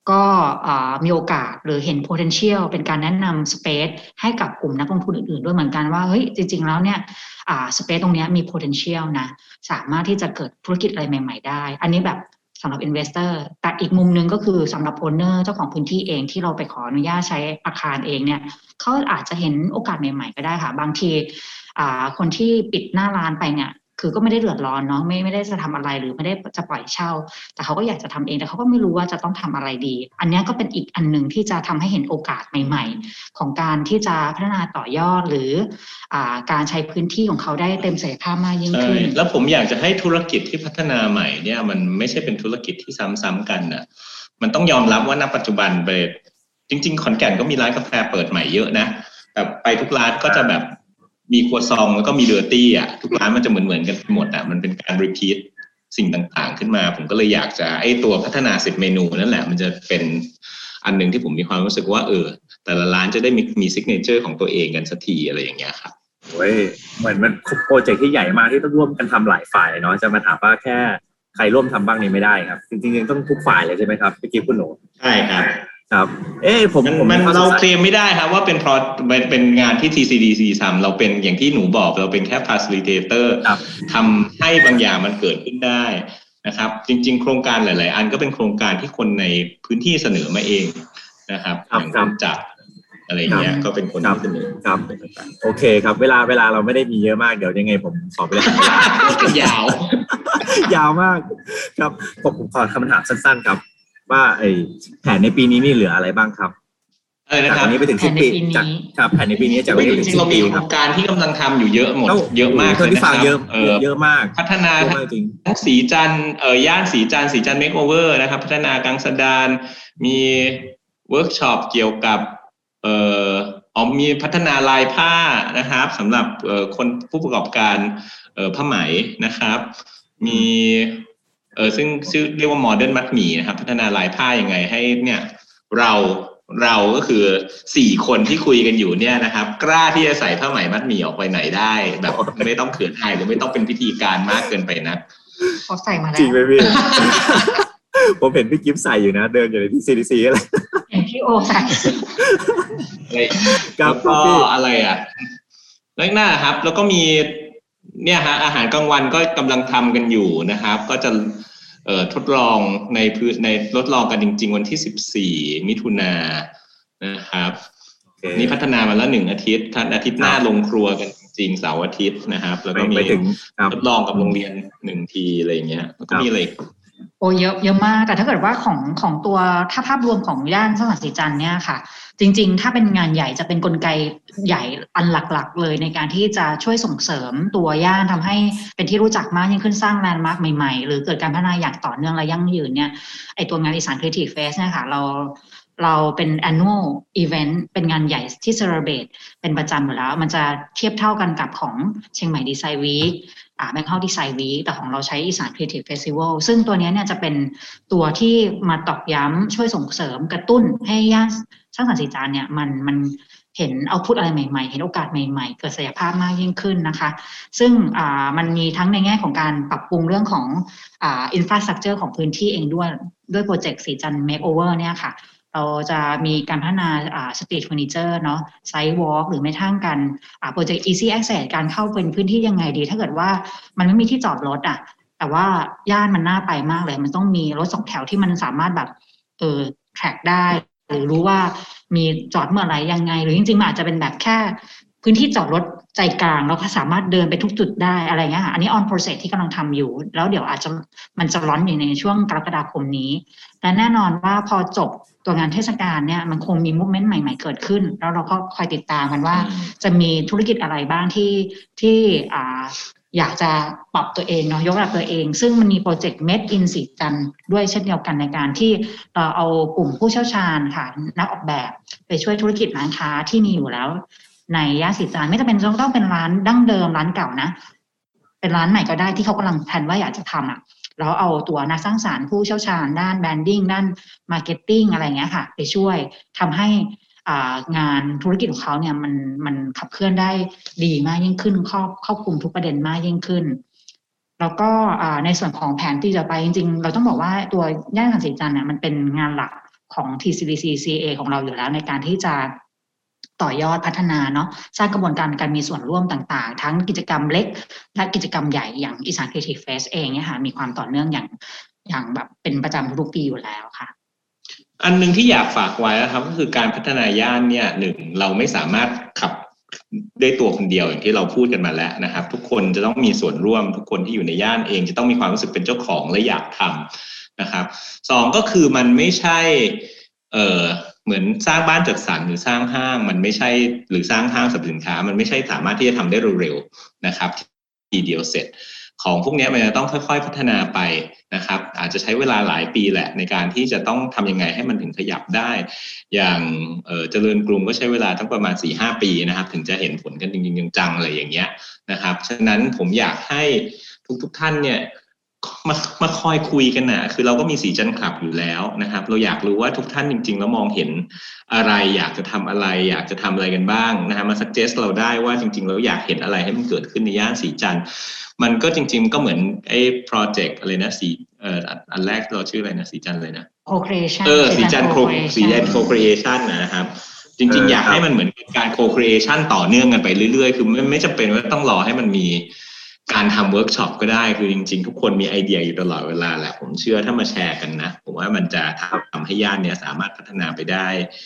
ก็มีโอกาสหรือเห็น potential เป็นการแนะนำ space ให้กับกลุ่มนักลงทุนอื่นๆด้วยเหมือนกันว่าเฮ้ยจริงๆแล้วเนี่ยspace ตรงนี้มี potential นะสามารถที่จะเกิดธุรกิจอะไรใหม่ๆได้อันนี้แบบสำหรับ investor แต่อีกมุมนึงก็คือสำหรับ owner เจ้าของพื้นที่เองที่เราไปขออนุญาตใช้อาคารเองเนี่ยเขาอาจจะเห็นโอกาสใหม่ๆก็ได้ค่ะบางทีคนที่ปิดหน้าร้านไปเนี่ยคือก็ไม่ได้เดือดร้อนเนาะไม่ได้จะทำอะไรหรือไม่ได้จะปล่อยเช่าแต่เขาก็อยากจะทำเองแต่เขาก็ไม่รู้ว่าจะต้องทำอะไรดีอันนี้ก็เป็นอีกอันหนึ่งที่จะทำให้เห็นโอกาสใหม่ๆของการที่จะพัฒนาต่อยอดหรือการใช้พื้นที่ของเขาได้เต็มศักยภาพมากยิ่งขึ้นแล้วผมอยากจะให้ธุรกิจที่พัฒนาใหม่เนี่ยมันไม่ใช่เป็นธุรกิจที่ซ้ำๆกันนะมันต้องยอมรับว่าณปัจจุบันจริงๆขอนแก่นก็มีร้านกาแฟเปิดใหม่เยอะนะแต่ไปทุกร้านก็จะแบบมีครัวซองแล้วก็มีเดอร์ตี้อ่ะทุกร้านมันจะเหมือนกันหมดอ่ะมันเป็นการรีพีทสิ่งต่างๆขึ้นมาผมก็เลยอยากจะตัวพัฒนา10เมนูนั่นแหละมันจะเป็นอันนึงที่ผมมีความรู้สึกว่าแต่ละร้านจะได้มีซิกเนเจอร์ของตัวเองกันสักทีอะไรอย่างเงี้ยครับโอ้ยเหมือนมันโปรเจกต์ที่ใหญ่มากที่ต้องร่วมกันทำหลายฝ่ายเนาะจะมาถามว่าแค่ใครร่วมทำบ้างนี่ไม่ได้ครับจริงๆต้องทุกฝ่ายเลยใช่ไหมครับเมื่อกี้คุณโหนใช่ครับครับผมเราเคลมไม่ได้ครับว่าเป็นเพราะเป็นงานที่ TCDC ทำเราเป็นอย่างที่หนูบอกเราเป็นแค่ facilitator ทำให้บางอย่างมันเกิดขึ้นได้นะครับจริงๆโครงการหลายๆอันก็เป็นโครงการที่คนในพื้นที่เสนอมาเองนะครับอย่างการจัดอะไรเงี้ยก็เป็นคนที่เสนอครับโอเคครับเวลาเราไม่ได้มีเยอะมากเดี๋ยวยังไงผมขอเวลายาวมากครับผมขอคำถามสั้นๆครับว่าแผนในปีนี้นี่เหลืออะไรบ้างครับจากวันนี้ไปถึงสิ้นปีจากแผนในปีนี้จากวันนี้ถึงสิ้นปีเรามีโครงการที่กำลังทำอยู่เยอะหมดเยอะมากเลยนะครับเยอะมากพัฒนาทั้งสีจันทร์ย่านสีจันทร์เมคโอเวอร์นะครับพัฒนากังสดานมีเวิร์กช็อปเกี่ยวกับมีพัฒนาลายผ้านะครับสำหรับคนผู้ประกอบการผ้าไหมนะครับมีซึ่งชื่อเรียกว่าโมเดิร์นมัดหมี่นะครับพัฒนาลายผ้ายังไงให้เนี่ยเราก็คือ4คนที่คุยกันอยู่เนี่ยนะครับกล้าที่จะใส่ผ้าไหมมัดหมี่ออกไปไหนได้แบบไม่ต้องเขินอายหรือไม่ต้องเป็นพิธีการมากเกินไปนะเขาใส่มาแล้วจริงไหมพี่ ผมเห็นพี่กิฟต์ใส่อยู่นะเดินอยู่ในที่ CDC อะไรเห็นพี่โอใส่แล้วก็อะไรอ่ะแล้วหน้าครับแล้วก็มีเนี่ยฮะอาหารกลางวันก็กำลังทำกันอยู่นะครับก็จะทดลองในทดลองกันจริงๆวันที่14มิถุนายนนะครับนี่พัฒนามาแล้ว1อาทิตย์อาทิตย์หน้าลงครัวกันจริงๆเสาร์อาทิตย์นะครับแล้วก็มีทดลองกับโรงเรียน1ทีอะไรอย่างเงี้ยแล้วก็มีอะไรโอ้เยอะมากแต่ถ้าเกิดว่าของตัวถ้าภาพรวมของย่านสถานสีจันทร์เนี่ยค่ะจริงๆถ้าเป็นงานใหญ่จะเป็นกลไกใหญ่อันหลักๆเลยในการที่จะช่วยส่งเสริมตัวย่านทำให้เป็นที่รู้จักมากยิ่งขึ้นสร้างแลนด์มาร์คใหม่ๆหรือเกิดการพัฒนาอย่างต่อเนื่องและยั่งยืนเนี่ยไอตัวงานอีสาน Creative Fest เนี่ยค่ะเราเป็น annual event เป็นงานใหญ่ที่ celebrate เป็นประจำอยู่แล้วมันจะเทียบเท่ากันกับของเชียงใหม่ดีไซน์วีคแบงคอกดีไซน์วีคแต่ของเราใช้อีสาน Creative Festival ซึ่งตัวนี้เนี่ยจะเป็นตัวที่มาตอกย้ำช่วยส่งเสริมกระตุ้นให้ย่านสร้างสรรค์สีจันทร์เนี่ยมันเห็นเอาพุทอะไรใหม่ๆเห็นโอกาสใหม่ๆเกิดศักยภาพมากยิ่งขึ้นนะคะซึ่งมันมีทั้งในแง่ของการปรับปรุงเรื่องของinfrastructure ของพื้นที่เองด้วยโปรเจกต์สีจันทร์ Makeover เนี่ยค่ะเราจะมีการพัฒนาสตรีทเฟอร์นิเจอร์เนาะไซด์วอล์กหรือไม่ทั้งกันโปรเจกต์ Easy Access การเข้าเป็นพื้นที่ยังไงดีถ้าเกิดว่ามันไม่มีที่จอดรถแต่ว่าย่านมันน่าไปมากเลยมันต้องมีรถ2แถวที่มันสามารถแบบแทร็กได้หรือรู้ว่ามีจอดเมื่อไหร่ยังไงหรือจริงๆมันอาจจะเป็นแบบแค่พื้นที่จอดรถใจกลางแล้วก็สามารถเดินไปทุกจุดได้อะไรเงี้ยค่ะอันนี้ on process ที่กำลังทำอยู่แล้วเดี๋ยวอาจจะมันจะร้อนอยู่ในช่วงกรกฎาคมนี้และแน่นอนว่าพอจบตัวงานเทศกาลเนี่ยมันคงมีมูฟเมนต์ใหม่ๆเกิดขึ้นแล้วเราก็คอยติดตามกันว่าจะมีธุรกิจอะไรบ้างที่อยากจะปรับตัวเองเนาะยกระดับตัวเองซึ่งมันมีโปรเจกต์ Made in สีจันทร์ด้วยเช่นเดียวกันในการที่เราเอากลุ่มผู้เชี่ยวชาญค่ะนักออกแบบไปช่วยธุรกิจร้านค้าที่มีอยู่แล้วในย่านสีจันทร์ไม่จำเป็นต้องเป็นร้านดั้งเดิมร้านเก่านะเป็นร้านใหม่ก็ได้ที่เขากำลังแพลนว่าอยากจะทำแล้วเอาตัวนักสร้างสรรค์ผู้เชี่ยวชาญด้านแบรนดิ้งด้านมาร์เก็ตติ้งอะไรเงี้ยค่ะไปช่วยทำให้งานธุรกิจของเขาเนี่ยมันขับเคลื่อนได้ดีมากยิ่งขึ้นครอบคลุมทุกประเด็นมากยิ่งขึ้นแล้วก็ในส่วนของแผนที่จะไปจริงๆเราต้องบอกว่าตัวย่านสถานสีจันทร์เนี่ยมันเป็นงานหลักของ TCDC CA ของเราอยู่แล้วในการที่จะต่อยอดพัฒนาเนาะสร้างกระบวนการการมีส่วนร่วมต่างๆทั้งกิจกรรมเล็กและกิจกรรมใหญ่อย่างอีสาน Creative Fest เองเนี่ยค่ะมีความต่อเนื่องอย่างแบบเป็นประจำทุกปีอยู่แล้วค่ะอันนึงที่อยากฝากไว้นะครับก็คือการพัฒนาย่านเนี่ยหนึ่งเราไม่สามารถขับได้ตัวคนเดียวอย่างที่เราพูดกันมาแล้วนะครับทุกคนจะต้องมีส่วนร่วมทุกคนที่อยู่ในย่านเองจะต้องมีความรู้สึกเป็นเจ้าของและอยากทำนะครับสองก็คือมันไม่ใช่เหมือนสร้างบ้านจัดสรรหรือสร้างห้างมันไม่ใช่หรือสร้างห้างสรรพสินค้ามันไม่ใช่สามารถที่จะทำได้เร็วๆนะครับทีเดียวเสร็จของพวกนี้มันจะต้องค่อยๆพัฒนาไปนะครับอาจจะใช้เวลาหลายปีแหละในการที่จะต้องทำยังไงให้มันถึงขยับได้อย่างเจริญกรุงก็ใช้เวลาตั้งประมาณ 4-5 ปีนะครับถึงจะเห็นผลกันจริงๆจังๆอะไรอย่างเงี้ยนะครับฉะนั้นผมอยากให้ทุกท่านเนี่ยมาคอยคุยกันนะคือเราก็มีสีจันคลับอยู่แล้วนะครับเราอยากรู้ว่าทุกท่านจริงๆแล้วมองเห็นอะไรอยากจะทำอะไรอยากจะทำอะไรกันบ้างนะฮะมา suggest เราได้ว่าจริงๆแล้วอยากเห็นอะไรให้มันเกิดขึ้นในย่านสีจันทร์มันก็จริงๆก็เหมือนไอ้ project อะไรนะสีอันแรกเราชื่ออะไรนะสีจันทร์เลยนะ co-creation สีจันทร์ co-creation นะครับจริงๆอยากให้มันเหมือนการ co-creation ต่อเนื่องกันไปเรื่อยๆคือไม่จำเป็นว่าต้องรอให้มันมีการทำเวิร์กช็อปก็ได้คือจริงๆทุกคนมีไอเดียอยู่ตลอดเวลาแหละผมเชื่อถ้ามาแชร์กันนะผมว่ามันจะทำให้ย่านเนี้ยสามารถพัฒนาไปได้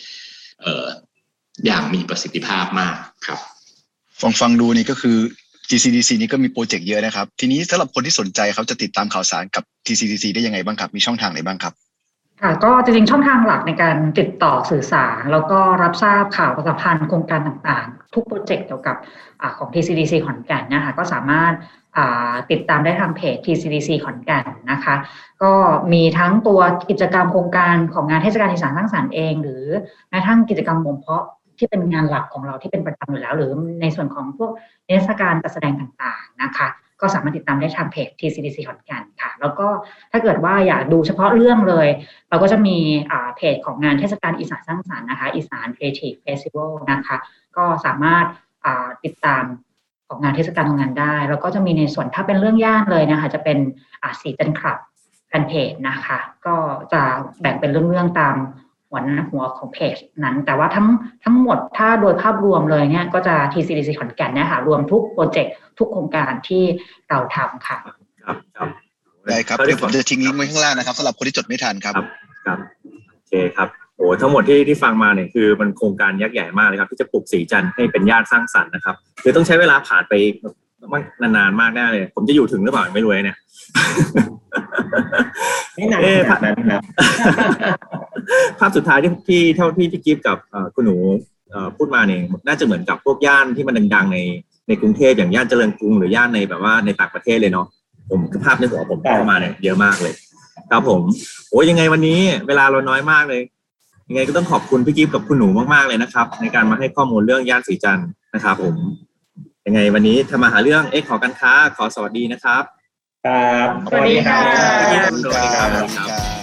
อย่างมีประสิทธิภาพมากครับฟังดูนี่ก็คือ TCDC นี่ก็มีโปรเจกต์เยอะนะครับทีนี้สำหรับคนที่สนใจเขาจะติดตามข่าวสารกับ TCDC ได้ยังไงบ้างครับมีช่องทางไหนบ้างครับค่ะก็จริงๆช่องทางหลักในการติดต่อสื่อสารแล้วก็รับทราบข่าวประชาสัมพันธ์โครงการต่างๆทุกโปรเจกต์เกี่ยวกับของ TCDC ขอนแก่นนะคะก็สามารถติดตามได้ทางเพจ TCDC ขอนแก่นนะคะก็มีทั้งตัวกิจกรรมโครงการของงานเทศกาลอีสานสร้างสรรค์เองหรือแม้กระทั่งกิจกรรมบ่มเพาะที่เป็นงานหลักของเราที่เป็นประจำอยู่แล้วหรือในส่วนของพวกนิทรรศการจัดแสดงต่างๆนะคะก็สามารถติดตามได้ทางเพจ TCDC ขอนแก่นค่ะแล้วก็ถ้าเกิดว่าอยากดูเฉพาะเรื่องเลยเราก็จะมีเพจของงานเทศกาลอีสานสร้างสรรค์นะคะอีสาน Creative Festival นะคะก็สามารถติดตามของงานเทศกาลตรงนั้นได้แล้วก็จะมีในส่วนถ้าเป็นเรื่องย่านเลยนะคะจะเป็นสีจันคลับแฟนเพจนะคะก็จะแบ่งเป็นเรื่องๆตามหัวของเพจนั้นแต่ว่าทั้งหมดถ้าโดยภาพรวมเลยเนี่ยก็จะ TCDC ขอนแก่นเนี่ยค่ะรวมทุกโปรเจกต์ทุกโครงการที่เราทำค่ะครับได้ครับเดี๋ยวผมจะทิ้งลิงก์ไว้ข้างล่างนะครับสำหรับคนที่จดไม่ทันครับโอเคครับโอ้ทั้งหมดที่ฟังมาเนี่ยคือมันโครงการยักษ์ใหญ่มากเลยครับที่จะปลุกสีจันทร์ให้เป็นย่านสร้างสรรค์นะครับคือต้องใช้เวลาผ่านไปนานๆมากแน่เลยผมจะอยู่ถึงหรือเปล่าไม่รู้เนี่ยไม่นานขนาดนั้นครับภาพสุดท้ายที่เท่าที่พี่กิฟต์กับคุณหนูพูดมาเนี่ยน่าจะเหมือนกับพวกย่านที่มันดังๆในกรุงเทพอย่างย่านเจริญกรุงหรือย่านในแบบว่าในต่างประเทศเลยเนาะผมภาพในหัวผมเข้ามาเนี่ยเยอะมากเลยครับผมโอ้ยังไงวันนี้เวลาเราน้อยมากเลยยังไงก็ต้องขอบคุณพี่กิฟต์กับคุณหนูมากๆเลยนะครับในการมาให้ข้อมูลเรื่องย่านสีจันทร์นะครับผมยังไงวันนี้ทำมาหาเรื่องขอการค้าขอสวัสดีนะครับครับสวัสดีค่ะสวัสดีครับ